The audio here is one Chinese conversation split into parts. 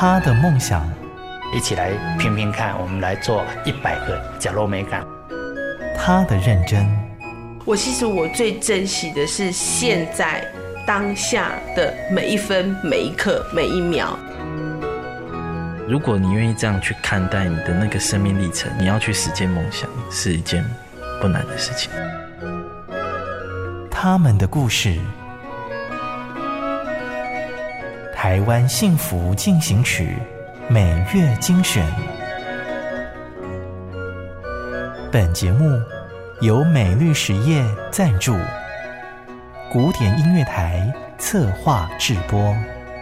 他的梦想， 一起来拼拼看，我们来做100个角落美感。 他的认真， 其实我最珍惜的是现在当下的每一分每一刻每一秒。 如果你愿意这样去看待你的那个生命历程，你要去实践梦想是一件不难的事情。 他们的故事，台湾幸福进行曲每月精选。本节目由美律实业赞助，古典音乐台策划制播。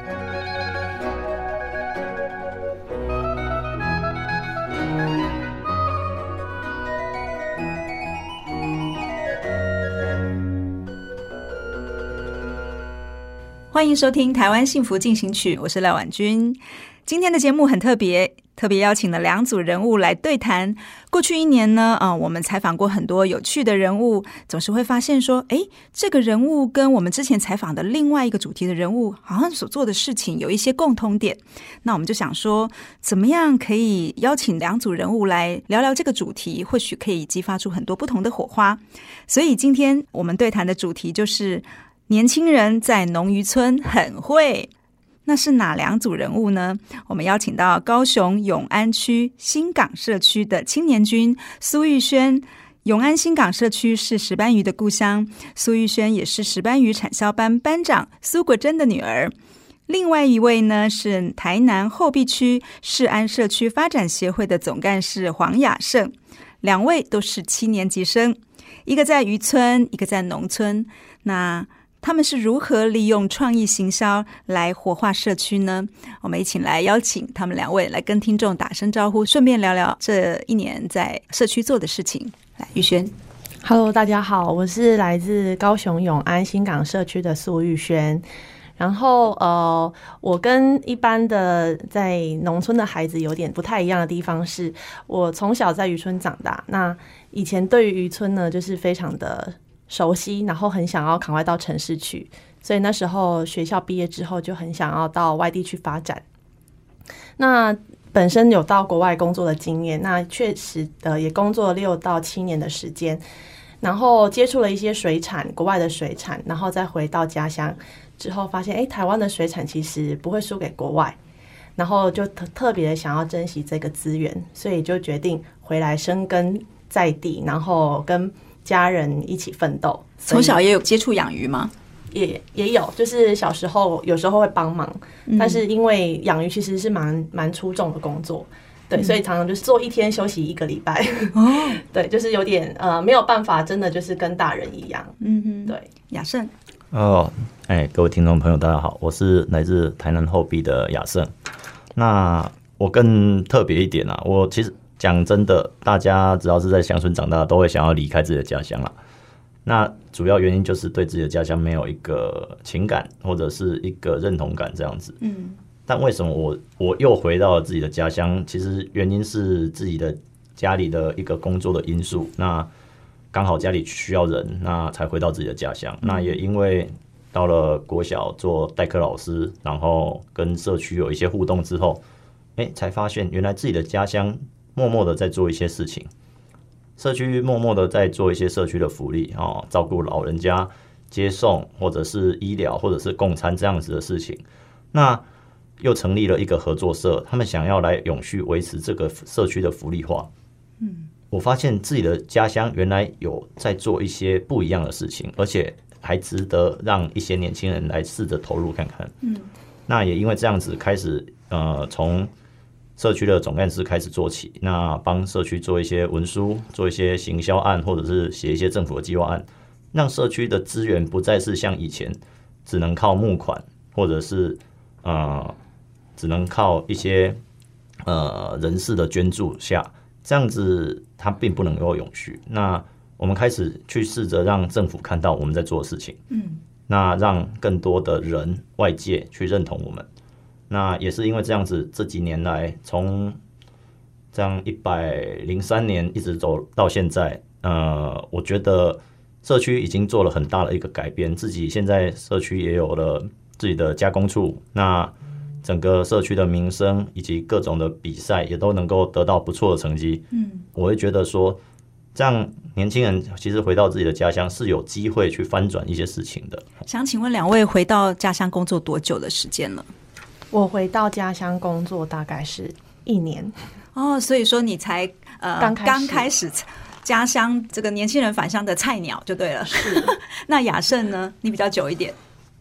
欢迎收听台湾幸福进行曲，我是廖婉君。今天的节目很特别邀请了2组人物来对谈。过去1年呢，我们采访过很多有趣的人物，总是会发现说，这个人物跟我们之前采访的另外一个主题的人物，好像所做的事情有一些共通点。那我们就想说，怎么样可以邀请2组人物来聊聊这个主题，或许可以激发出很多不同的火花。所以今天我们对谈的主题就是年轻人在农渔村很会。那是哪2组人物呢？我们邀请到高雄永安区新港社区的青年军苏玉轩。永安新港社区是石斑鱼的故乡，苏玉轩也是石斑鱼产销班班长苏国珍的女儿。另外一位呢是台南后壁区世安社区发展协会的总干事黄雅胜，2位都是7年级生，一个在渔村，一个在农村。那他们是如何利用创意行销来活化社区呢？我们一起来邀请他们2位来跟听众打声招呼，顺便聊聊这1年在社区做的事情。来，玉轩。 Hello， 大家好，我是来自高雄永安新港社区的苏玉轩。然后我跟一般的在农村的孩子有点不太一样的地方是，我从小在渔村长大，那以前对于渔村呢就是非常的熟悉，然后很想要赶快到城市去，所以那时候学校毕业之后就很想要到外地去发展。那本身有到国外工作的经验，那确实也工作了6到7年的时间，然后接触了一些水产，国外的水产，然后再回到家乡之后发现台湾的水产其实不会输给国外，然后就特别想要珍惜这个资源，所以就决定回来生根在地，然后跟家人一起奋斗。 从小也有接触养鱼吗？ 也有，就是小时候有时候会帮忙，但是因为养鱼其实是蛮出众的工作，对，所以常常就是做1天休息1个礼拜。对，就是有点没有办法，真的就是跟大人一样。对。 雅胜。 各位听众朋友大家好，我是来自台南后壁的雅胜。那我更特别一点啊，我其实讲真的，大家只要是在乡村长大，都会想要离开自己的家乡啦。那主要原因就是对自己的家乡没有一个情感或者是一个认同感这样子。但为什么我又回到了自己的家乡？其实原因是自己的家里的一个工作的因素。那刚好家里需要人，那才回到自己的家乡。那也因为到了国小做代课老师，然后跟社区有一些互动之后，才发现原来自己的家乡默默的在做一些事情，社区默默的在做一些社区的福利，照顾老人家、接送或者是医疗或者是共餐这样子的事情。那又成立了一个合作社，他们想要来永续维持这个社区的福利化。我发现自己的家乡原来有在做一些不一样的事情，而且还值得让一些年轻人来试着投入看看。那也因为这样子开始从社区的总干事开始做起，那帮社区做一些文书，做一些行销案，或者是写一些政府的计划案，让社区的资源不再是像以前只能靠募款，或者是只能靠一些人事的捐助下，这样子它并不能够永续。那我们开始去试着让政府看到我们在做的事情，那让更多的人外界去认同我们。那也是因为这样子，这几年来从这样103年一直走到现在，我觉得社区已经做了很大的一个改变，自己现在社区也有了自己的加工处，那整个社区的民生以及各种的比赛也都能够得到不错的成绩。我会觉得说，这样年轻人其实回到自己的家乡是有机会去翻转一些事情的。 想请问两位回到家乡工作多久的时间了？ 我回到家乡工作大概是1年。 哦，所以说你才刚开始家乡这个年轻人返乡的菜鸟就对了。是。那雅盛呢？你比较久一点。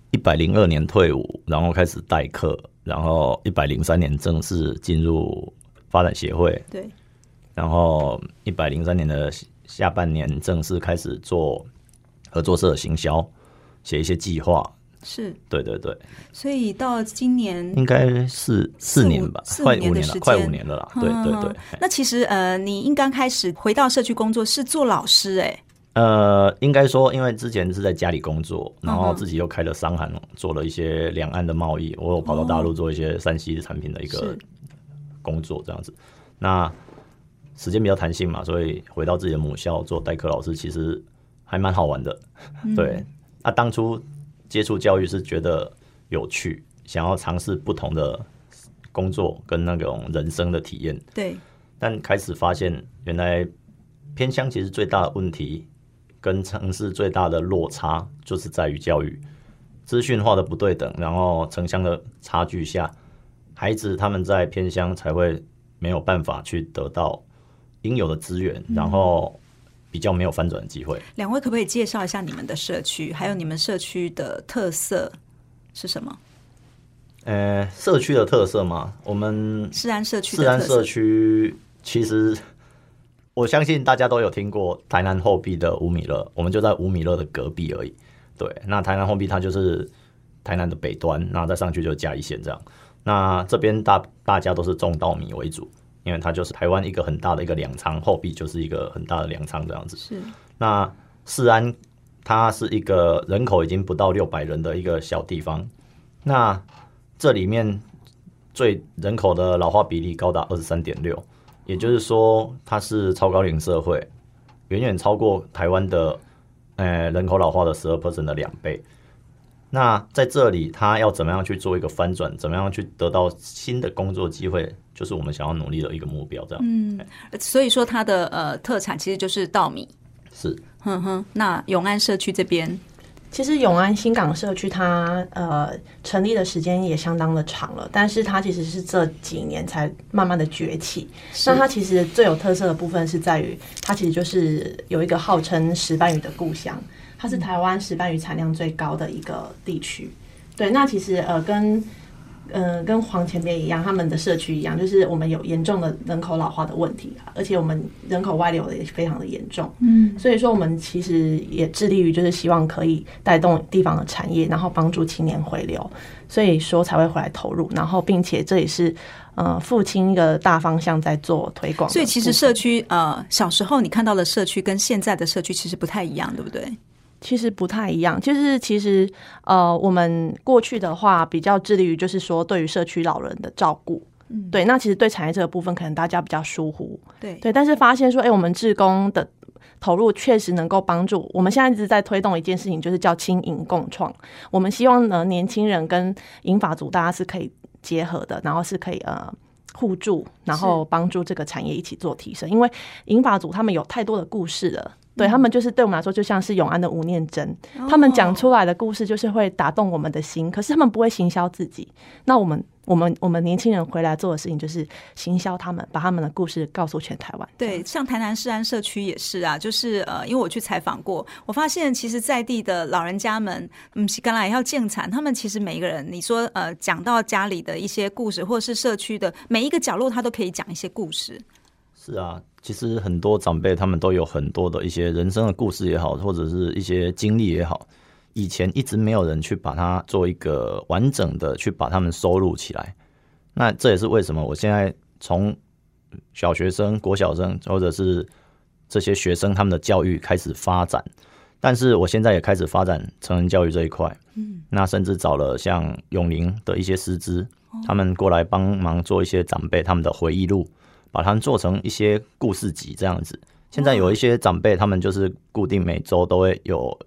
102年退伍，然后开始代课，然后103年正式进入发展协会。 对。 然后103年的下半年正式开始做合作社的行销，写一些计划。 是， 对对对。 所以到今年应该是4年吧，快5年了，快5年了啦。对对对。 那其实你应刚开始回到社区工作是做老师应该说，因为之前是在家里工作，然后自己又开了商行，做了一些两岸的贸易，我有跑到大陆做一些3C 产品的一个工作，这样子。那时间比较弹性嘛，所以回到自己的母校做代课老师，其实还蛮好玩的。对，当初接触教育是觉得有趣，想要尝试不同的工作跟那种人生的体验。 对， 但开始发现，原来偏乡其实最大的问题跟城市最大的落差，就是在于教育资讯化的不对等，然后城乡的差距下，孩子他们在偏乡才会没有办法去得到应有的资源，然后比较没有翻转的机会。 两位可不可以介绍一下你们的社区，还有你们社区的特色是什么？ 社区的特色嘛，我们士安社区的特色。 士安社区其实我相信大家都有听过台南后壁的五米乐，我们就在五米乐的隔壁而已。对，那台南后壁它就是台南的北端，那再上去就是嘉义县这样。那这边大家都是种稻米为主，因为它就是台湾一个很大的一个粮仓，后壁就是一个很大的粮仓这样子。 是。 那士安它是一个人口已经不到600人的一个小地方，那这里面最人口的老化比例高达 23.6%， 也就是说它是超高龄社会，远远超过台湾的人口老化的 12% 的2倍。那在这里他要怎么样去做一个翻转，怎么样去得到新的工作机会，就是我们想要努力的一个目标这样。 所以说它的特产其实就是稻米。 是。 那永安社区这边， 其实永安新港社区它成立的时间也相当的长了，但是它其实是这几年才慢慢的崛起。那它其实最有特色的部分是在于，它其实就是有一个号称石斑鱼的故乡，它是台湾石斑鱼产量最高的一个地区。对，那其实跟黄前边一样，他们的社区一样，就是我们有严重的人口老化的问题，而且我们人口外流的也非常的严重。所以说我们其实也致力于就是希望可以带动地方的产业，然后帮助青年回流，所以说才会回来投入，然后并且这也是父亲一个大方向在做推广。 所以其实社区小时候你看到的社区跟现在的社区其实不太一样，对不对？ 其实不太一样，就是其实我们过去的话比较致力于就是说对于社区老人的照顾，对，那其实对产业这个部分可能大家比较疏忽，对，但是发现说我们志工的投入确实能够帮助。我们现在一直在推动一件事情，就是叫青银共创。我们希望呢年轻人跟银发族大家是可以结合的，然后是可以互助，然后帮助这个产业一起做提升。因为银发族他们有太多的故事了。对，他们就是对我们来说就像是永安的吴念真，他们讲出来的故事就是会打动我们的心，可是他们不会行销自己。那我们年轻人回来做的事情就是行销他们，把他们的故事告诉全台湾。 对，像台南士安社区也是啊，就是因为我去采访过，我发现其实在地的老人家们刚才也要建产，他们其实每一个人你说讲到家里的一些故事，或者是社区的每一个角落他都可以讲一些故事。 是啊，其实很多长辈他们都有很多的一些人生的故事也好，或者是一些经历也好，以前一直没有人去把它做一个完整的去把他们收录起来。那这也是为什么我现在从小学生、国小生或者是这些学生他们的教育开始发展，但是我现在也开始发展成人教育这一块。那甚至找了像永龄的一些师资，他们过来帮忙做一些长辈他们的回忆录，把它们做成一些故事集这样子。现在有一些长辈他们就是固定每周都会有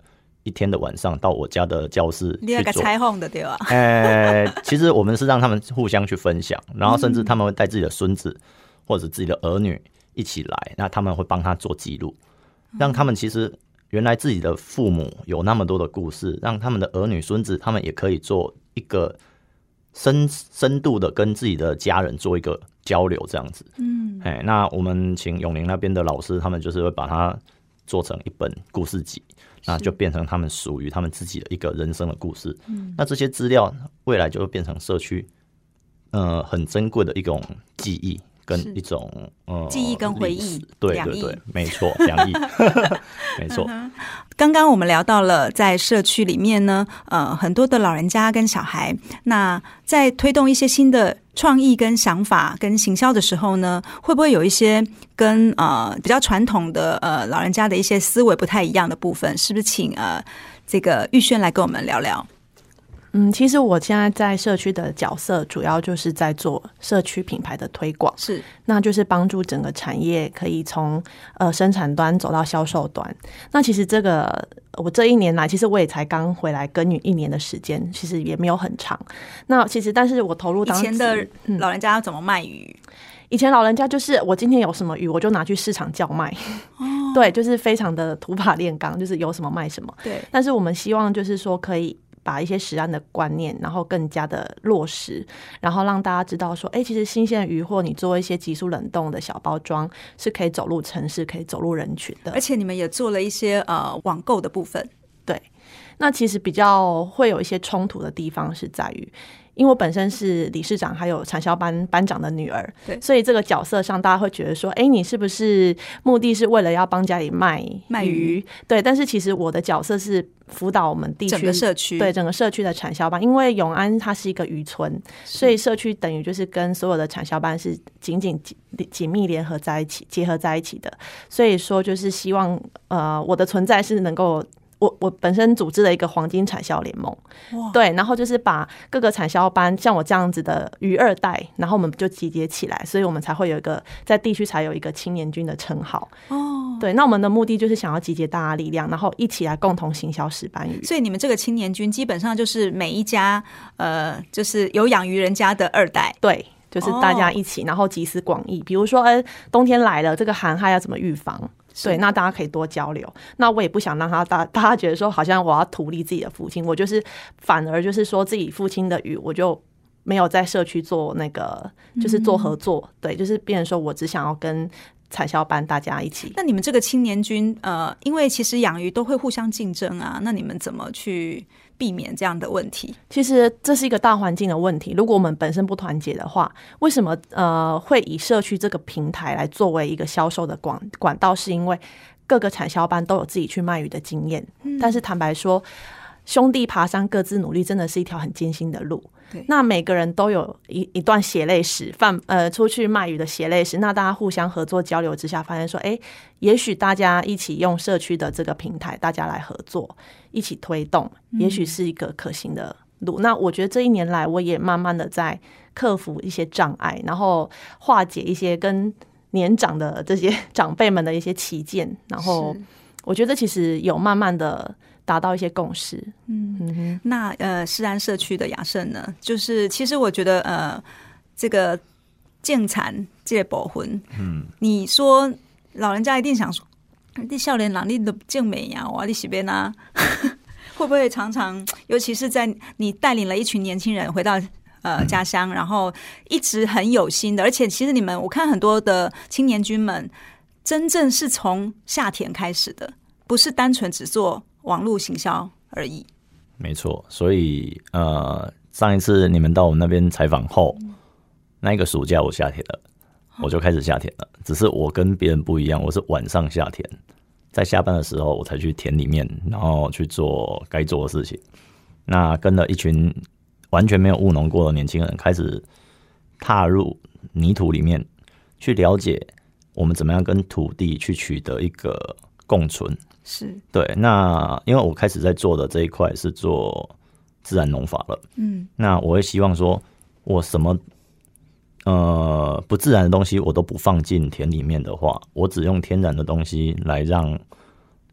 一天的晚上到我家的教室去做。 你那个彩虹的对吧？ 其实我们是让他们互相去分享，然后甚至他们会带自己的孙子或者自己的儿女一起来，那他们会帮他做记录，让他们其实原来自己的父母有那么多的故事，让他们的儿女孙子他们也可以做一个深度的跟自己的家人做一个交流这样子。那我们请永宁那边的老师，他们就是会把它做成一本故事集，那就变成他们属于他们自己的一个人生的故事。那这些资料未来就会变成社区很珍贵的一种记忆跟一种记忆跟回忆， 对对对，没错，2亿，没错。 刚刚我们聊到了在社区里面呢，很多的老人家跟小孩，那在推动一些新的创意跟想法跟行销的时候呢，会不会有一些跟比较传统的老人家的一些思维不太一样的部分？是不是请这个玉轩来跟我们聊聊？ 其实我现在在社区的角色主要就是在做社区品牌的推广， 是， 那就是帮助整个产业可以从生产端走到销售端。那其实这个我这1年来，其实我也才刚回来耕耘1年的时间，其实也没有很长。那其实但是我投入当时以前的老人家要怎么卖鱼？ 以前老人家就是我今天有什么鱼，我就拿去市场叫卖。对，就是非常的土法炼钢，就是有什么卖什么。 对， 但是我们希望就是说可以把一些食安的观念，然后更加的落实，然后让大家知道说，其实新鲜的鱼货你做一些急速冷冻的小包装，是可以走入城市，可以走入人群的。 而且你们也做了一些网购的部分。 对，那其实比较会有一些冲突的地方是在于，因为我本身是理事长还有产销班班长的女儿，对，所以这个角色上大家会觉得说，你是不是目的是为了要帮家里卖鱼？对，但是其实我的角色是辅导我们地区整个社区，对整个社区的产销班，因为永安它是一个渔村，所以社区等于就是跟所有的产销班是紧密联合在一起、结合在一起的。所以说，就是希望我的存在是能够。我本身组织了一个黄金产销联盟，对，然后就是把各个产销班像我这样子的鱼2代，然后我们就集结起来，所以我们才会有一个在地区才有一个青年军的称号。对，那我们的目的就是想要集结大家力量，然后一起来共同行销石斑鱼。 所以你们这个青年军基本上就是每一家就是有养鱼人家的2代， 对。就是大家一起，然后集思广益。比如说，冬天来了，这个寒害要怎么预防？对，那大家可以多交流。那我也不想让大家觉得说，好像我要图利自己的父亲，我就是反而就是说自己父亲的鱼，我就没有在社区做那个，就是做合作。对，就是变成说我只想要跟产销班大家一起。 那你们这个青年军，因为其实养鱼都会互相竞争啊，那你们怎么去避免这样的问题？ 其实这是一个大环境的问题。如果我们本身不团结的话，为什么会以社区这个平台来作为一个销售的管道？是因为各个产销班都有自己去卖鱼的经验，但是坦白说，兄弟爬山各自努力，真的是一条很艰辛的路。那每个人都有一段血泪史，出去卖鱼的血泪史。那大家互相合作交流之下，发现说，也许大家一起用社区的这个平台，大家来合作，一起推动，也许是一个可行的路。那我觉得这1年来，我也慢慢的在克服一些障碍，然后化解一些跟年长的这些长辈们的一些歧见，然后我觉得其实有慢慢的达到一些共识。 那世安社区的雅盛呢，就是其实我觉得这个建产这个部分，你说老人家一定想说，你少年人你都种美呀，我你是边啊？会不会常常，尤其是在你带领了一群年轻人回到家乡，然后一直很有心的，而且其实你们我看很多的青年军们，真正是从下田开始的，不是单纯只做网络行销而已。 没错，所以上一次你们到我们那边采访后，那一个暑假我下田了，我就开始下田了。只是我跟别人不一样，我是晚上下田，在下班的时候我才去田里面，然后去做该做的事情。那跟了一群完全没有务农过的年轻人，开始踏入泥土里面，去了解我们怎么样跟土地去取得一个共存。 是对，那因为我开始在做的这一块是做自然农法了，那我会希望说，我什么不自然的东西我都不放进田里面的话，我只用天然的东西来让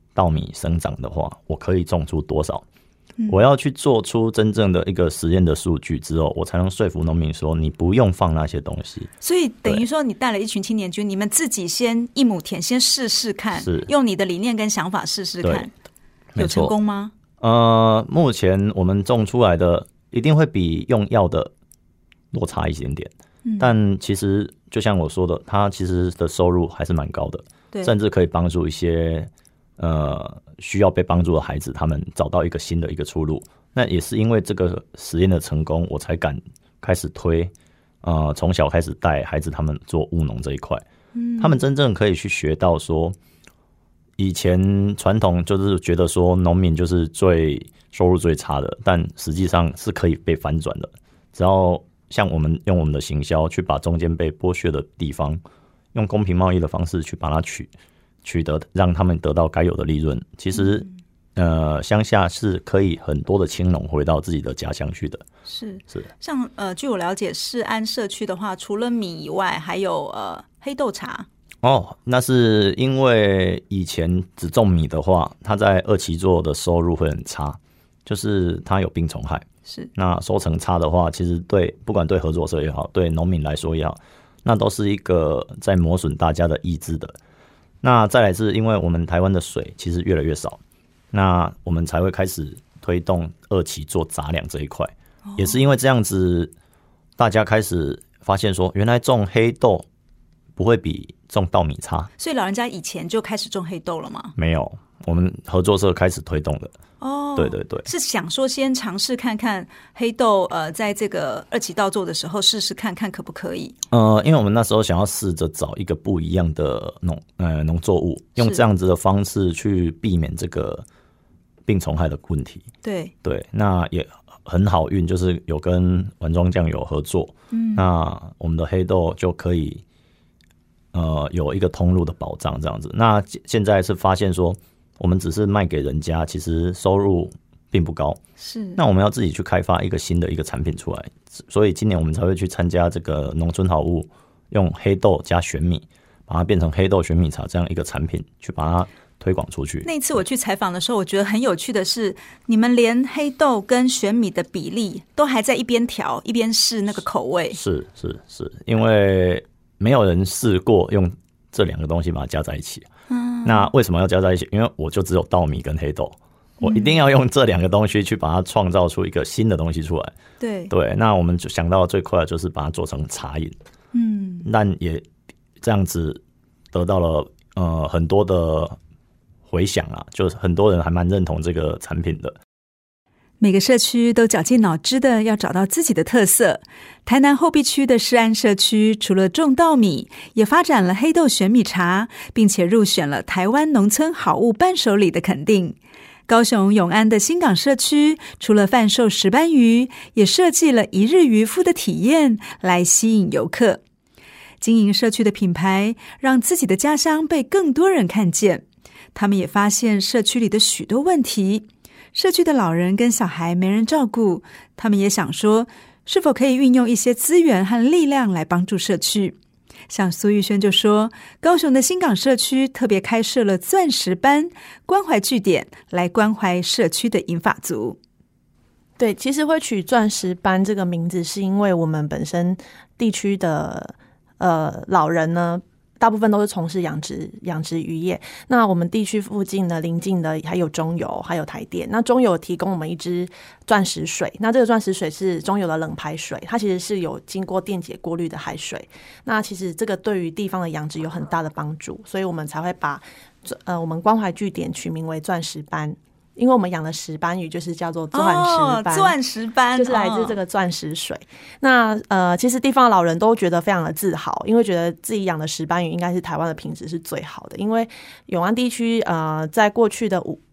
稻米生长的话，我可以种出多少？我要去做出真正的一个实验的数据之后，我才能说服农民说你不用放那些东西。 所以等于说你带了一群青年军，你们自己先一亩田先试试看，用你的理念跟想法试试看，有成功吗？ 目前我们种出来的一定会比用药的落差一点点，但其实就像我说的，它其实的收入还是蛮高的，甚至可以帮助一些需要被帮助的孩子，他们找到一个新的一个出路。那也是因为这个实验的成功，我才敢开始推，从小开始带孩子他们做务农这一块。他们真正可以去学到说，以前传统就是觉得说农民就是收入最差的，但实际上是可以被反转的。只要像我们用我们的行销去把中间被剥削的地方，用公平贸易的方式去把它取得，让他们得到该有的利润。其实，乡下是可以很多的青农回到自己的家乡去的。是， 像据我了解，世安社区的话，除了米以外，还有黑豆茶。 那是因为以前只种米的话，它在二期作的收入会很差，就是它有病虫害。是，那收成差的话，其实不管对合作社也好，对农民来说也好，那都是一个在磨损大家的意志的。那再来是因为我们台湾的水其实越来越少，那我们才会开始推动二期做杂粮这一块，也是因为这样子，大家开始发现说，原来种黑豆不会比种稻米差。 所以老人家以前就开始种黑豆了吗？ 没有，我们合作社开始推动的。对对对， 是想说先尝试看看黑豆，在这个二期稻作的时候试试看看可不可以。 因为我们那时候想要试着找一个不一样的农作物，用这样子的方式去避免这个病虫害的问题。对，那也很好运，就是有跟丸庄酱油合作，那我们的黑豆就可以有一个通路的保障这样子。那现在是发现说，我们只是卖给人家，其实收入并不高。是，那我们要自己去开发一个新的一个产品出来，所以今年我们才会去参加这个农村好物，用黑豆加玄米，把它变成黑豆玄米茶这样一个产品，去把它推广出去。 那一次我去采访的时候，我觉得很有趣的是，你们连黑豆跟玄米的比例都还在一边调一边试那个口味。是，因为没有人试过用这两个东西把它加在一起。那为什么要加在一起？因为我就只有稻米跟黑豆，我一定要用这两个东西去把它创造出一个新的东西出来。对，那我们就想到最快的就是把它做成茶饮。但也这样子得到了很多的回响啊，就是很多人还蛮认同这个产品的。 每个社区都绞尽脑汁的要找到自己的特色。台南后壁区的世安社区除了种稻米，也发展了黑豆玄米茶，并且入选了台湾农村好物伴手礼的肯定。高雄永安的新港社区除了贩售石斑鱼，也设计了一日渔夫的体验来吸引游客。经营社区的品牌，让自己的家乡被更多人看见。他们也发现社区里的许多问题。社区的老人跟小孩没人照顾，他们也想说，是否可以运用一些资源和力量来帮助社区。像苏玉轩就说，高雄的新港社区特别开设了钻石班关怀据点，来关怀社区的银发族。 对，其实会取钻石班这个名字，是因为我们本身地区的老人呢，大部分都是从事养殖渔业。那我们地区附近呢，邻近的还有中油，还有台电。那中油提供我们一支钻石水，那这个钻石水是中油的冷排水，它其实是有经过电解过滤的海水。那其实这个对于地方的养殖有很大的帮助，所以我们才会把我们关怀据点取名为钻石班。因为我们养的石斑鱼就是叫做钻石斑， 钻石斑就是来自这个钻石水。那其实地方的老人都觉得非常的自豪，因为觉得自己养的石斑鱼应该是台湾的品质是最好的。因为永安地区在过去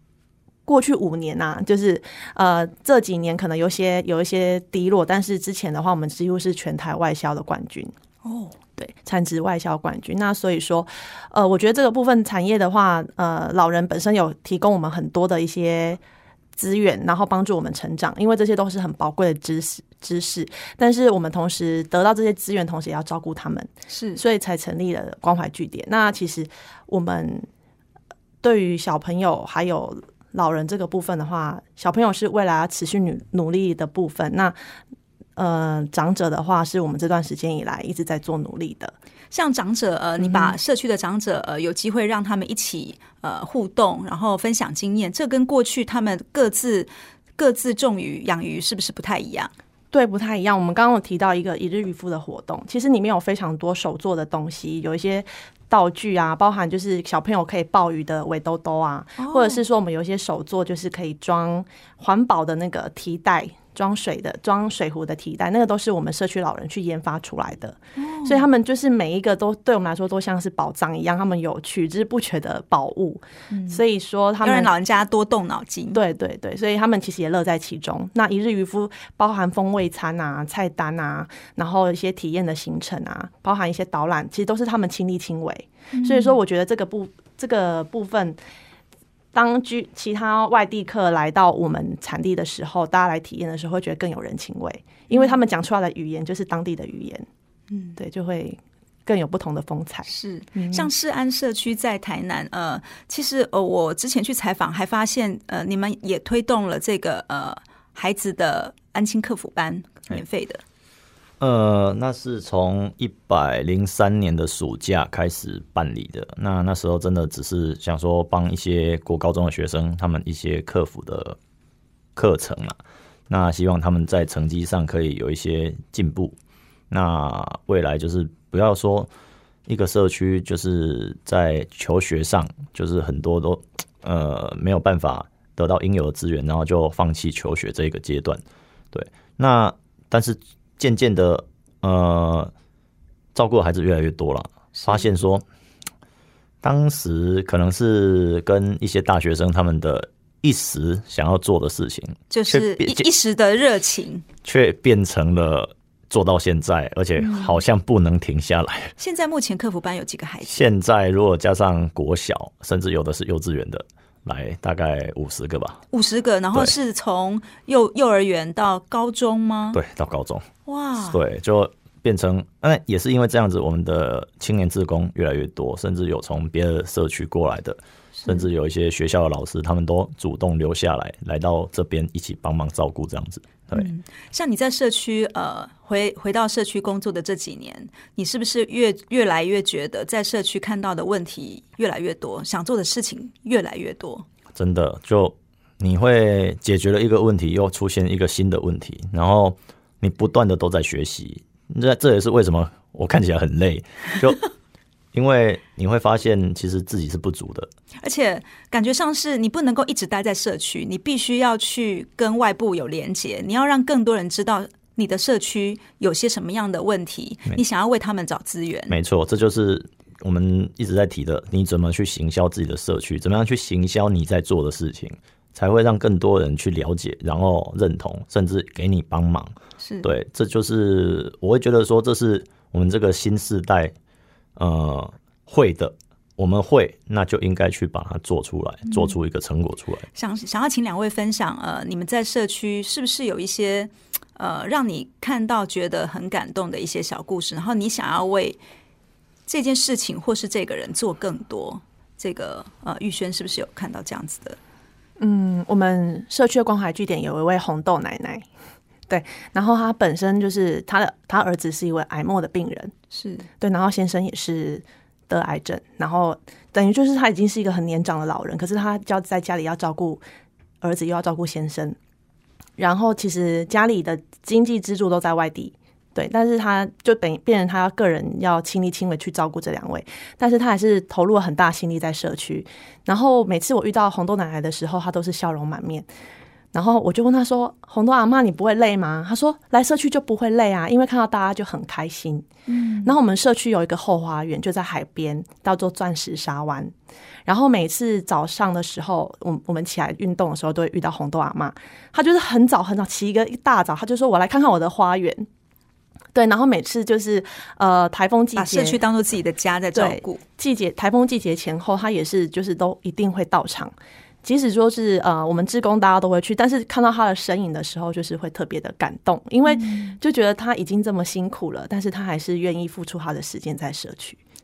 5年啊，就是这几年可能有一些低落，但是之前的话，我们几乎是全台外销的冠军。对，产值外销冠军。那所以说我觉得这个部分产业的话，老人本身有提供我们很多的一些资源，然后帮助我们成长，因为这些都是很宝贵的知识，但是我们同时得到这些资源，同时也要照顾他们，所以才成立了关怀据点。那其实我们对于小朋友还有老人这个部分的话，小朋友是未来要持续努力的部分，那长者的话是我们这段时间以来一直在做努力的。 像长者你把社区的长者有机会让他们一起互动，然后分享经验，这跟过去他们各自种鱼养鱼是不是不太一样？ 对，不太一样。我们刚刚有提到一个一日渔夫的活动，其实里面有非常多手做的东西，有一些道具啊，包含就是小朋友可以抱鱼的围兜兜啊，或者是说我们有一些手做，就是可以装环保的那个提袋，装水壶的提袋，那个都是我们社区老人去研发出来的。所以他们就是每一个都对我们来说都像是宝藏一样，他们有取之不尽的宝物。所以说他们要让老人家多动脑筋。 对对对，所以他们其实也乐在其中。那一日渔夫包含风味餐啊、菜单啊，然后一些体验的行程啊，包含一些导览，其实都是他们亲力亲为。所以说我觉得这个部分，当其他外地客来到我们产地的时候，大家来体验的时候会觉得更有人情味，因为他们讲出来的语言就是当地的语言。对，就会更有不同的风采。 是，像世安社区在台南，其实我之前去采访还发现，你们也推动了这个孩子的安亲客服班，免费的。 那是从103年的暑假开始办理的。那时候真的只是想说帮一些国高中的学生他们一些客服的课程啦，那希望他们在成绩上可以有一些进步。那未来就是不要说一个社区就是在求学上就是很多都没有办法得到应有的资源，然后就放弃求学这一个阶段。对，那但是渐渐的照顾的孩子越来越多了，发现说当时可能是跟一些大学生他们的一时想要做的事情， 就是一时的热情， 却变成了做到现在，而且好像不能停下来。 现在目前客服班有几个孩子？ 现在如果加上国小，甚至有的是幼稚园的，来大概50个吧。 50个，然后是从幼儿园到高中吗？ 对，到高中。 哇， 对，就变成也是因为这样子，我们的青年志工越来越多，甚至有从别的社区过来的，甚至有一些学校的老师，他们都主动留下来到这边一起帮忙照顾这样子。对， 像你在社区回到社区工作的这几年，你是不是越来越觉得在社区看到的问题越来越多，想做的事情越来越多？真的，就你会解决了一个问题，又出现一个新的问题，然后你不断的都在学习。这也是为什么我看起来很累，就因为你会发现其实自己是不足的， 而且感觉上是你不能够一直待在社区，你必须要去跟外部有连结，你要让更多人知道你的社区有些什么样的问题，你想要为他们找资源。 没错，这就是我们一直在提的，你怎么去行销自己的社区，怎么样去行销你在做的事情，才会让更多人去了解，然后认同，甚至给你帮忙。 是， 对，这就是我会觉得说，这是我们这个新世代会的，我们会，那就应该去把它做出来，做出一个成果出来。 想要请两位分享，你们在社区是不是有一些让你看到觉得很感动的一些小故事，然后你想要为这件事情或是这个人做更多？这个玉轩是不是有看到这样子的？ 我们社区的关怀据点有一位红豆奶奶，对，然后她本身就是她儿子是一位癌末的病人， 是对，然后先生也是得癌症，然后等于就是他已经是一个很年长的老人，可是他就在家里要照顾儿子又要照顾先生，然后其实家里的经济支柱都在外地，对，但是他就变成他个人要亲力亲为去照顾这两位，但是他还是投入了很大心力在社区。然后每次我遇到红豆奶奶的时候，他都是笑容满面。然后我就问他说：“红豆阿嬷，你不会累吗？”他说：“来社区就不会累啊，因为看到大家就很开心。”然后我们社区有一个后花园，就在海边，叫做钻石沙湾。然后每次早上的时候，我们起来运动的时候，都会遇到红豆阿嬷。他就是很早很早起一大早，他就说：“我来看看我的花园。”对，然后每次就是台风季节， 把社区当作自己的家在照顾。 台风季节前后，他也是就是都一定会到场。即使说是我们志工大家都会去，但是看到他的身影的时候，就是会特别的感动，因为就觉得他已经这么辛苦了，但是他还是愿意付出他的时间在社区。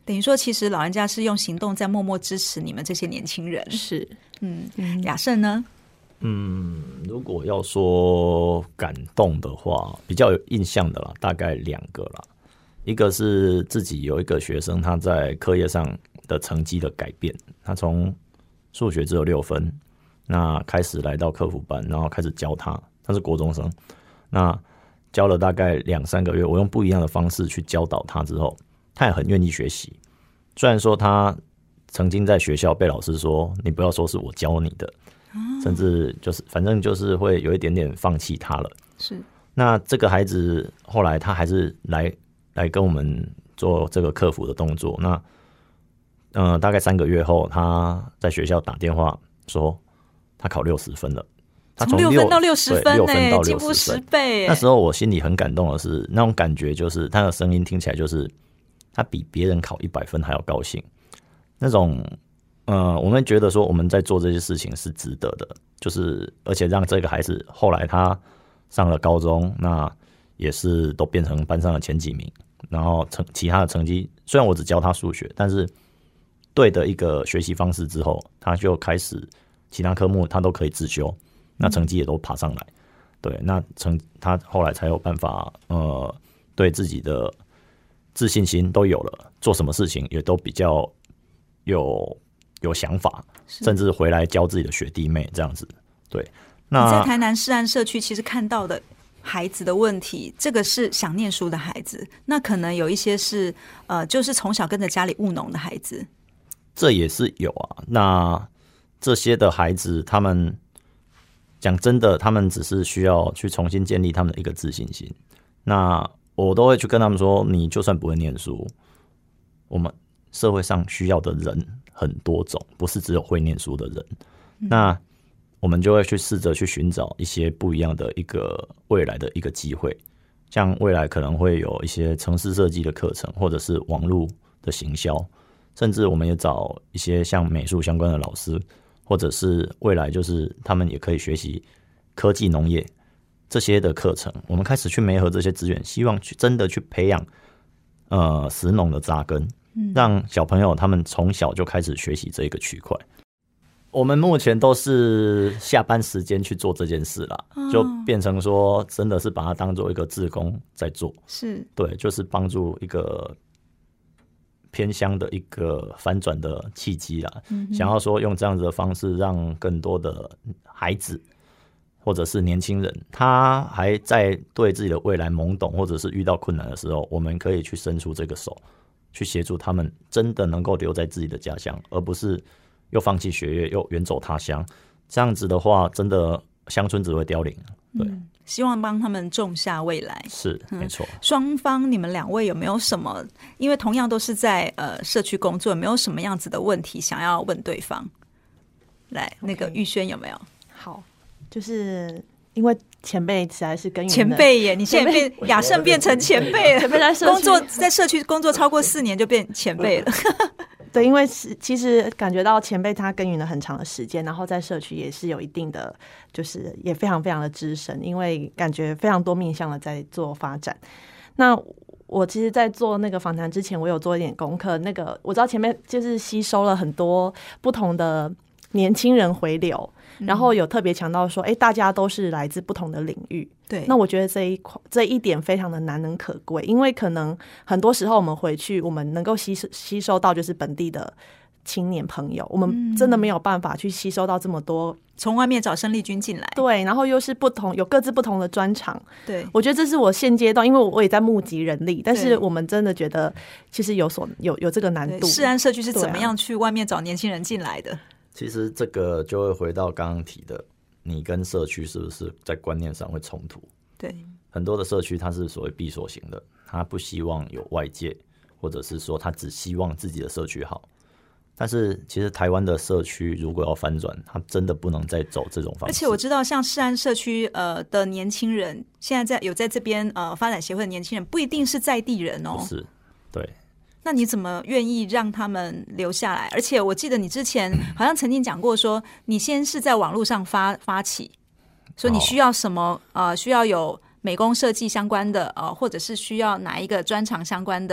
等于说其实老人家是用行动在默默支持你们这些年轻人。 是， 雅盛呢？ 如果要说感动的话，比较有印象的啦，大概2个啦。一个是自己有一个学生，他在课业上的成绩的改变，他从数学只有6分，那开始来到客服班，然后开始教他是国中生，那教了大概2-3个月，我用不一样的方式去教导他之后，他也很愿意学习。虽然说他曾经在学校被老师说你不要说是我教你的，甚至就是反正就是会有一点点放弃他了。 是， 那这个孩子后来他还是来跟我们做这个客服的动作。那大概3个月后，他在学校打电话说他考60分了。他从6分到60分欸，进步10倍。 那时候我心里很感动的是，那种感觉就是他的声音听起来就是他比别人考100分还要高兴。那种我们觉得说我们在做这些事情是值得的，就是而且让这个孩子后来他上了高中，那也是都变成班上的前几名，然后其他的成绩虽然我只教他数学，但是对的一个学习方式之后，他就开始其他科目他都可以自修，那成绩也都爬上来。对，那他后来才有办法对自己的自信心都有了，做什么事情也都比较有想法，甚至回来教自己的学弟妹这样子。对，那你在台南市安社区其实看到的孩子的问题，这个是想念书的孩子，那可能有一些是就是从小跟着家里务农的孩子， 这也是有啊。那这些的孩子，他们讲真的，他们只是需要去重新建立他们的一个自信心。那我都会去跟他们说，你就算不会念书，我们社会上需要的人很多种，不是只有会念书的人。那我们就会去试着去寻找一些不一样的一个未来的一个机会，像未来可能会有一些程式设计的课程，或者是网络的行销，甚至我们也找一些像美术相关的老师，或者是未来就是他们也可以学习科技农业这些的课程。我们开始去媒合这些资源，希望去真的去培养食农的扎根，让小朋友他们从小就开始学习这个区块。我们目前都是下班时间去做这件事啦，就变成说真的是把它当做一个志工在做。 是， 对，就是帮助一个偏乡的一个翻转的契机啦。想要说用这样子的方式，让更多的孩子或者是年轻人，他还在对自己的未来懵懂，或者是遇到困难的时候，我们可以去伸出这个手，去协助他们真的能够留在自己的家乡，而不是又放弃学业，又远走他乡。这样子的话，真的乡村只会凋零。对， 希望帮他们种下未来。 是，没错。 双方你们2位有没有什么？因为同样都是在社区工作，有没有什么样子的问题想要问对方？来，那个玉轩有没有？ 好，就是因为前辈实在是耕耘前辈耶，你现在变雅盛变成前辈了， 前辈在社区工作超过4年就变前辈了。 对，因为其实感觉到前辈他耕耘了很长的时间，然后在社区也是有一定的，就是也非常非常的资深，因为感觉非常多面向的在做发展。那我其实在做那个访谈之前，我有做一点功课，那个我知道前面就是吸收了很多不同的年轻人回流，然后有特别强调说大家都是来自不同的领域。 对， 那我觉得这一点非常的难能可贵，因为可能很多时候我们回去，我们能够吸收到就是本地的青年朋友，我们真的没有办法去吸收到这么多从外面找生力军进来。 对，然后又是有各自不同的专长。 对， 我觉得这是我现阶段，因为我也在募集人力，但是我们真的觉得其实有这个难度。 世安社区是怎么样去外面找年轻人进来的？ 其实这个就会回到刚刚提的，你跟社区是不是在观念上会冲突？ 对， 很多的社区它是所谓闭锁型的，他不希望有外界，或者是说他只希望自己的社区好。但是其实台湾的社区如果要翻转，他真的不能再走这种方式。 而且我知道像世安社区的年轻人，现在有在这边发展协会的年轻人，不一定是在地人哦。 不是，对。 那你怎么愿意让他们留下来？而且我记得你之前好像曾经讲过说，你先是在网络上发起，说你需要什么需要有美工设计相关的或者是需要哪一个专长相关的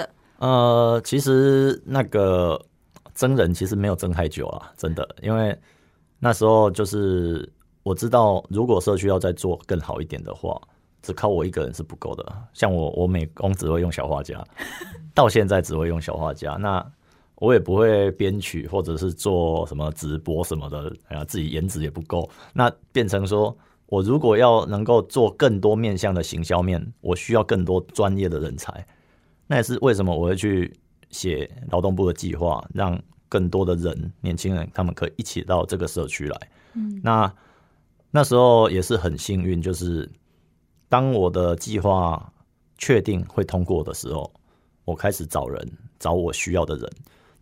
其实那个争人其实没有争太久啦，真的，因为那时候就是我知道，如果社区要再做更好一点的话，只靠我一个人是不够的。像我美工只会用小画家，到现在只会用小画家，那我也不会编曲或者是做什么直播什么的，自己颜值也不够，那变成说我如果要能够做更多面向的行销面，我需要更多专业的人才。那也是为什么我会去写劳动部的计划，让更多的人年轻人他们可以一起到这个社区来。那时候也是很幸运，就是当我的计划确定会通过的时候，我开始找我需要的人。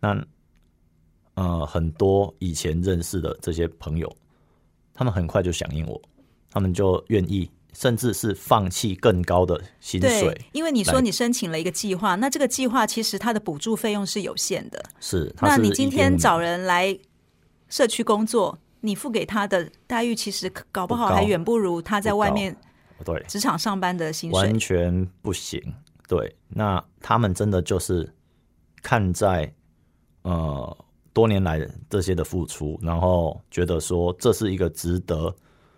那很多以前认识的这些朋友，他们很快就响应我，他们就愿意甚至是放弃更高的薪水。 对，因为你说你申请了一个计划，那这个计划其实它的补助费用是有限的。 是， 那你今天找人来社区工作，你付给他的待遇其实搞不好还远不如他在外面对职场上班的薪水， 完全不行。对，那他们真的就是看在多年来这些的付出，然后觉得说这是一个值得。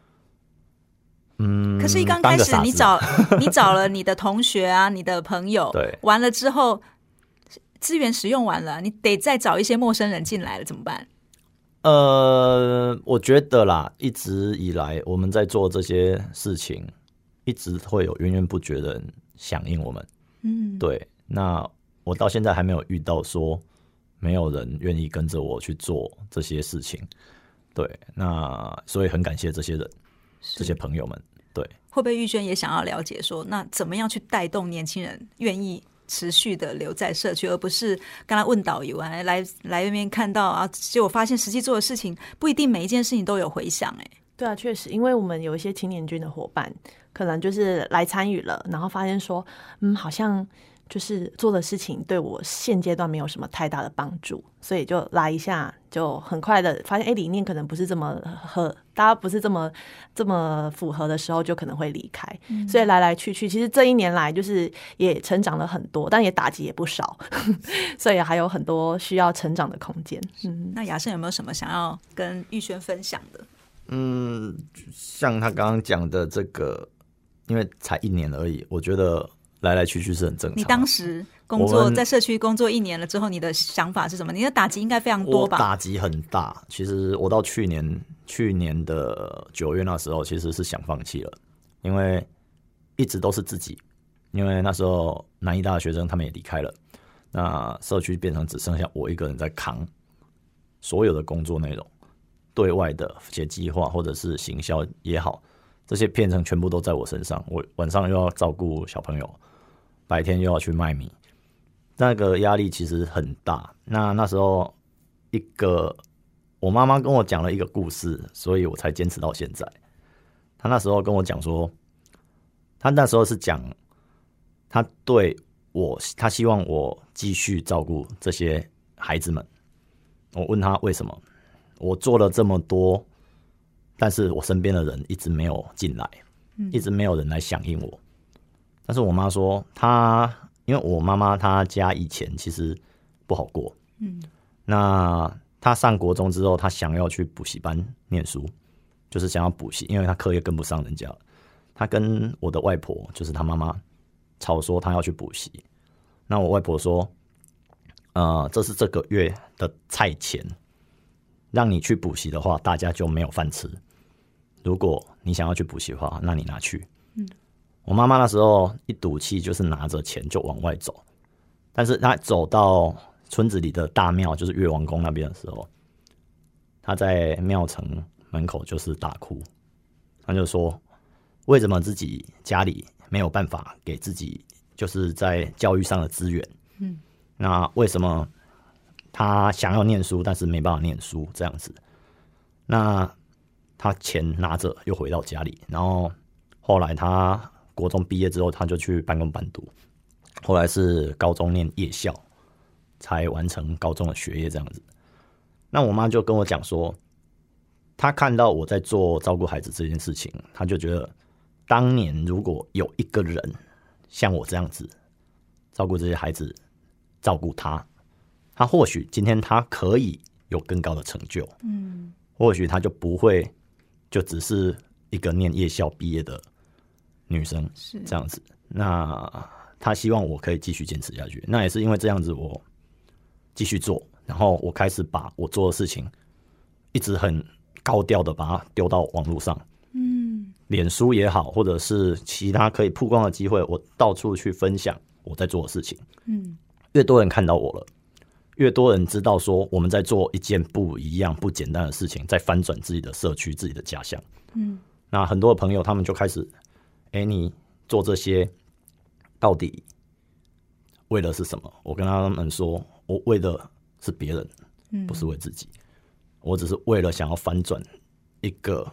可是刚开始你找了你的同学啊，你的朋友， 对， 完了之后资源使用完了，你得再找一些陌生人进来了，怎么办？ 我觉得啦，一直以来我们在做这些事情，一直会有源源不绝的人响应我们。对。那我到现在还没有遇到说没有人愿意跟着我去做这些事情。对，那所以很感谢这些人，这些朋友们。对，会不会玉娟也想要了解说，那怎么样去带动年轻人愿意持续的留在社区，而不是刚才问导游啊，来那边看到啊，结果发现实际做的事情不一定每一件事情都有回响。 对啊，确实，因为我们有一些青年军的伙伴，可能就是来参与了，然后发现说，好像就是做的事情对我现阶段没有什么太大的帮助，所以就来一下，就很快的发现，理念可能不是这么合，大家不是这么符合的时候，就可能会离开。所以来来去去，其实这一年来就是也成长了很多，但也打击也不少，所以还有很多需要成长的空间。 那雅盛有没有什么想要跟玉轩分享的？ 像他刚刚讲的这个，因为才1年而已，我觉得来来去去是很正常。你当时工作在社区工作1年了之后，你的想法是什么？你的打击应该非常多吧？ 我打击很大。其实我到去年的9月那时候，其实是想放弃了，因为一直都是自己。因为那时候南医大的学生他们也离开了，那社区变成只剩下我一个人在扛所有的工作内容。对外的写计划或者是行销也好，这些变成全部都在我身上。我晚上又要照顾小朋友，白天又要去卖米，那个压力其实很大。那时候我妈妈跟我讲了一个故事，所以我才坚持到现在。她那时候跟我讲说，她那时候是讲她希望我继续照顾这些孩子们。我问她为什么？我做了这么多，但是我身边的人一直没有进来，一直没有人来响应我。但是我妈说，因为我妈妈她家以前其实不好过，那她上国中之后，她想要去补习班念书，就是想要补习，因为她课业跟不上人家。她跟我的外婆，就是她妈妈吵说她要去补习。那我外婆说，这是这个月的菜钱。让你去补习的话，大家就没有饭吃。如果你想要去补习的话，那你拿去。我妈妈那时候一赌气，就是拿着钱就往外走。但是她走到村子里的大庙，就是岳王宫那边的时候，她在庙城门口就是大哭。她就说，为什么自己家里没有办法给自己就是在教育上的资源？那为什么他想要念书，但是没办法念书这样子。那他钱拿着又回到家里，然后后来他国中毕业之后，他就去半工半读，后来是高中念夜校，才完成高中的学业这样子。那我妈就跟我讲说，她看到我在做照顾孩子这件事情，她就觉得当年如果有一个人像我这样子照顾这些孩子， 照顾他，他或许今天他可以有更高的成就，或许他就不会就只是一个念夜校毕业的女生这样子。那他希望我可以继续坚持下去，那也是因为这样子我继续做，然后我开始把我做的事情一直很高调的把它丢到网络上，脸书也好，或者是其他可以曝光的机会，我到处去分享我在做的事情。越多人看到我了，越多人知道说我们在做一件不一样、不简单的事情，在翻转自己的社区、自己的家乡。那很多的朋友他们就开始，你做这些到底为的是什么？我跟他们说，我为的是别人，不是为自己。我只是为了想要翻转一个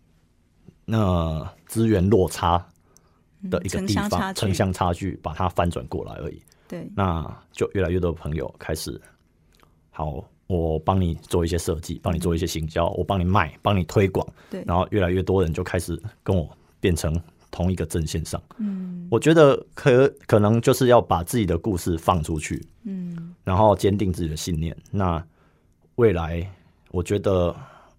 资源落差的一个地方，城乡差距，把它翻转过来而已。 对， 那就越来越多的朋友开始，好，我帮你做一些设计，帮你做一些行销，我帮你卖，帮你推广。 对， 然后越来越多人就开始跟我变成同一个阵线上。我觉得可能就是要把自己的故事放出去，然后坚定自己的信念。那未来我觉得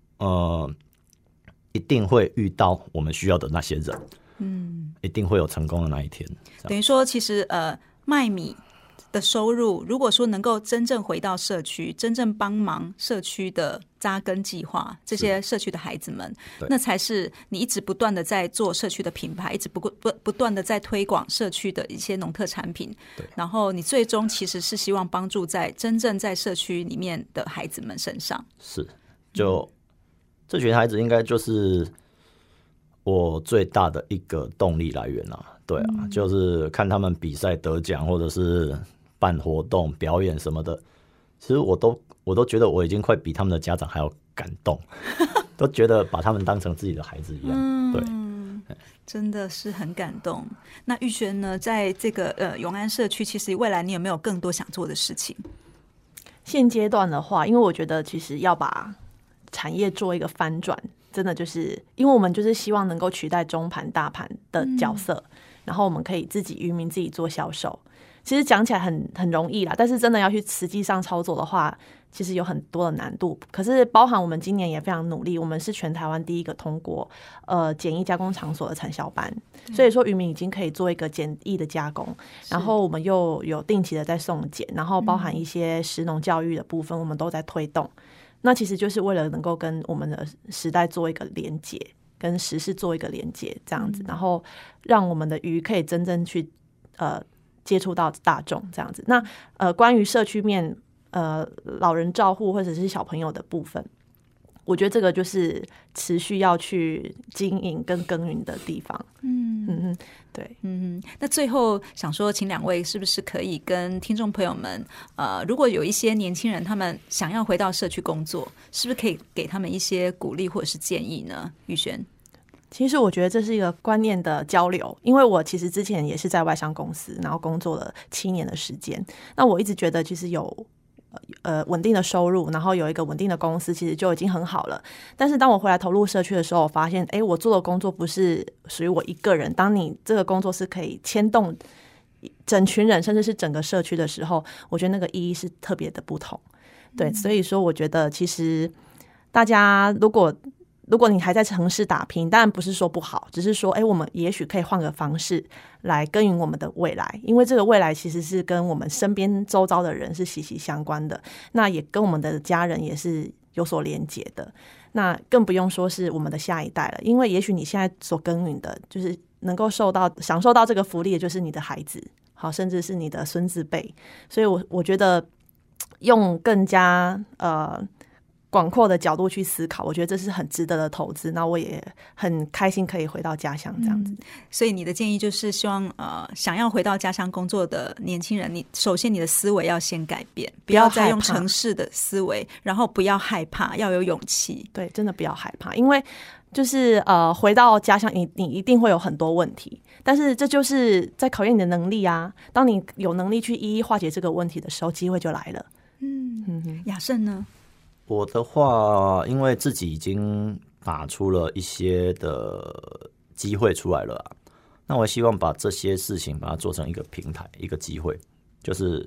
一定会遇到我们需要的那些人，一定会有成功的那一天。 等于说其实卖米的收入如果说能够真正回到社区，真正帮忙社区的扎根计划，这些社区的孩子们，那才是你一直不断的在做社区的品牌，一直不断的在推广社区的一些农特产品，然后你最终其实是希望帮助在真正在社区里面的孩子们身上。是， 就这群孩子应该就是我最大的一个动力来源啊。对啊，就是看他们比赛得奖，或者是办活动表演什么的，其实我都觉得我已经快比他们的家长还要感动，都觉得把他们当成自己的孩子一样。对， 真的是很感动。那玉璇呢，在这个永安社区，其实未来你有没有更多想做的事情？ 现阶段的话，因为我觉得其实要把产业做一个翻转，真的就是因为我们就是希望能够取代中盘大盘的角色，然后我们可以自己渔民自己做销售。其实讲起来很容易啦，但是真的要去实际上操作的话，其实有很多的难度。可是包含我们今年也非常努力，我们是全台湾第一个通过简易加工场所的产销班，所以说渔民已经可以做一个简易的加工，然后我们又有定期的在送检，然后包含一些食农教育的部分，我们都在推动。那其实就是为了能够跟我们的时代做一个连结，跟时事做一个连结，这样子，然后让我们的鱼可以真正去接触到大众这样子。那关于社区面老人照护或者是小朋友的部分，我觉得这个就是持续要去经营跟耕耘的地方。对， 那最后想说，请两位是不是可以跟听众朋友们，如果有一些年轻人他们想要回到社区工作，是不是可以给他们一些鼓励或者是建议呢？玉璇。 其实我觉得这是一个观念的交流，因为我其实之前也是在外商公司，然后工作了7年的时间。那我一直觉得其实有稳定的收入，然后有一个稳定的公司，其实就已经很好了。但是当我回来投入社区的时候，我发现，我做的工作不是属于我一个人。当你这个工作是可以牵动整群人，甚至是整个社区的时候，我觉得那个意义是特别的不同。对，所以说我觉得其实大家如果你还在城市打拼，当然不是说不好，只是说我们也许可以换个方式来耕耘我们的未来，因为这个未来其实是跟我们身边周遭的人是息息相关的，那也跟我们的家人也是有所连结的，那更不用说是我们的下一代了，因为也许你现在所耕耘的就是能够享受到这个福利的就是你的孩子，好，甚至是你的孙子辈。所以我觉得用更加广阔的角度去思考，我觉得这是很值得的投资。那我也很开心可以回到家乡这样子。 所以你的建议就是希望想要回到家乡工作的年轻人，你首先你的思维要先改变，不要再用城市的思维，然后不要害怕，要有勇气。 对，真的不要害怕，因为就是回到家乡你一定会有很多问题，但是这就是在考验你的能力啊。当你有能力去一一化解这个问题的时候，机会就来了。 雅盛呢？ 我的话，因为自己已经打出了一些的机会出来了那我希望把这些事情把它做成一个平台，一个机会，就是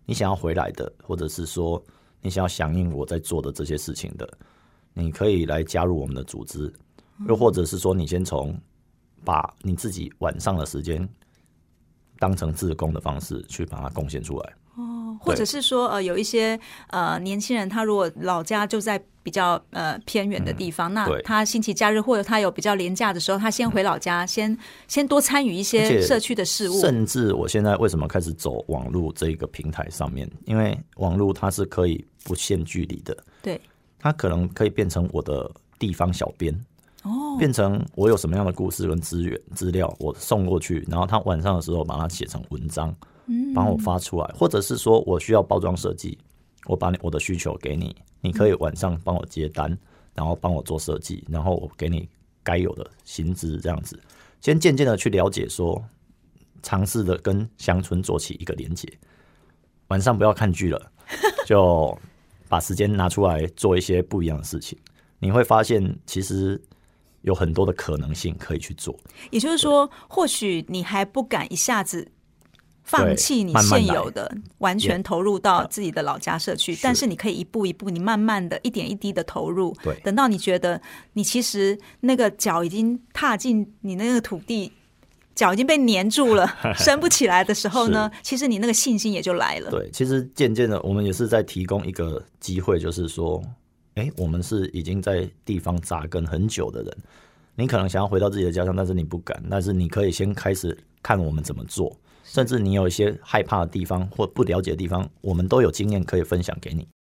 你想要回来的，或者是说你想要响应我在做的这些事情的，你可以来加入我们的组织，又或者是说你先从把你自己晚上的时间当成志工的方式去把它贡献出来。 或者是说有一些年轻人，他如果老家就在比较偏远的地方，那他星期假日或者他有比较连假的时候，他先回老家，先多参与一些社区的事务。甚至我现在为什么开始走网络这个平台上面？因为网络它是可以不限距离的，对，它可能可以变成我的地方小编。变成我有什么样的故事跟资料，我送过去，然后他晚上的时候把它写成文章，帮我发出来，或者是说我需要包装设计，我把我的需求给你，你可以晚上帮我接单，然后帮我做设计，然后我给你该有的薪资，这样子，先渐渐的去了解说，尝试的跟乡村做起一个连结，晚上不要看剧了，就把时间拿出来做一些不一样的事情，你会发现其实有很多的可能性可以去做。 也就是说，或许你还不敢一下子放弃你现有的，完全投入到自己的老家社区，但是你可以一步一步，你慢慢的一点一滴的投入，对，等到你觉得你其实那个脚已经踏进你那个土地，脚已经被黏住了升不起来的时候呢，其实你那个信心也就来了。对， 其实渐渐的我们也是在提供一个机会，就是说我们是已经在地方扎根很久的人，你可能想要回到自己的家乡，但是你不敢，但是你可以先开始看我们怎么做，甚至你有一些害怕的地方或不了解的地方，我们都有经验可以分享给你。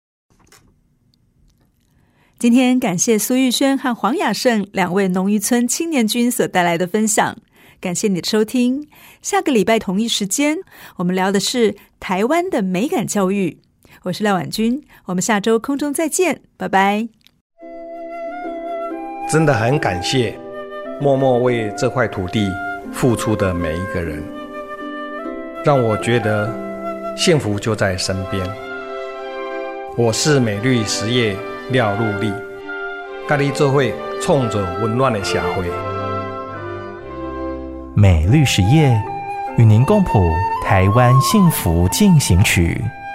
今天感谢苏玉轩和黄雅胜两位农渔村青年军所带来的分享，感谢你的收听。下个礼拜同一时间，我们聊的是台湾的美感教育。我是廖婉君，我们下周空中再见，拜拜。 真的很感谢默默为这块土地付出的每一个人，让我觉得幸福就在身边。我是美绿实业廖陆力，跟你做伙创造温暖的社会。 美绿实业与您共谱台湾幸福进行曲。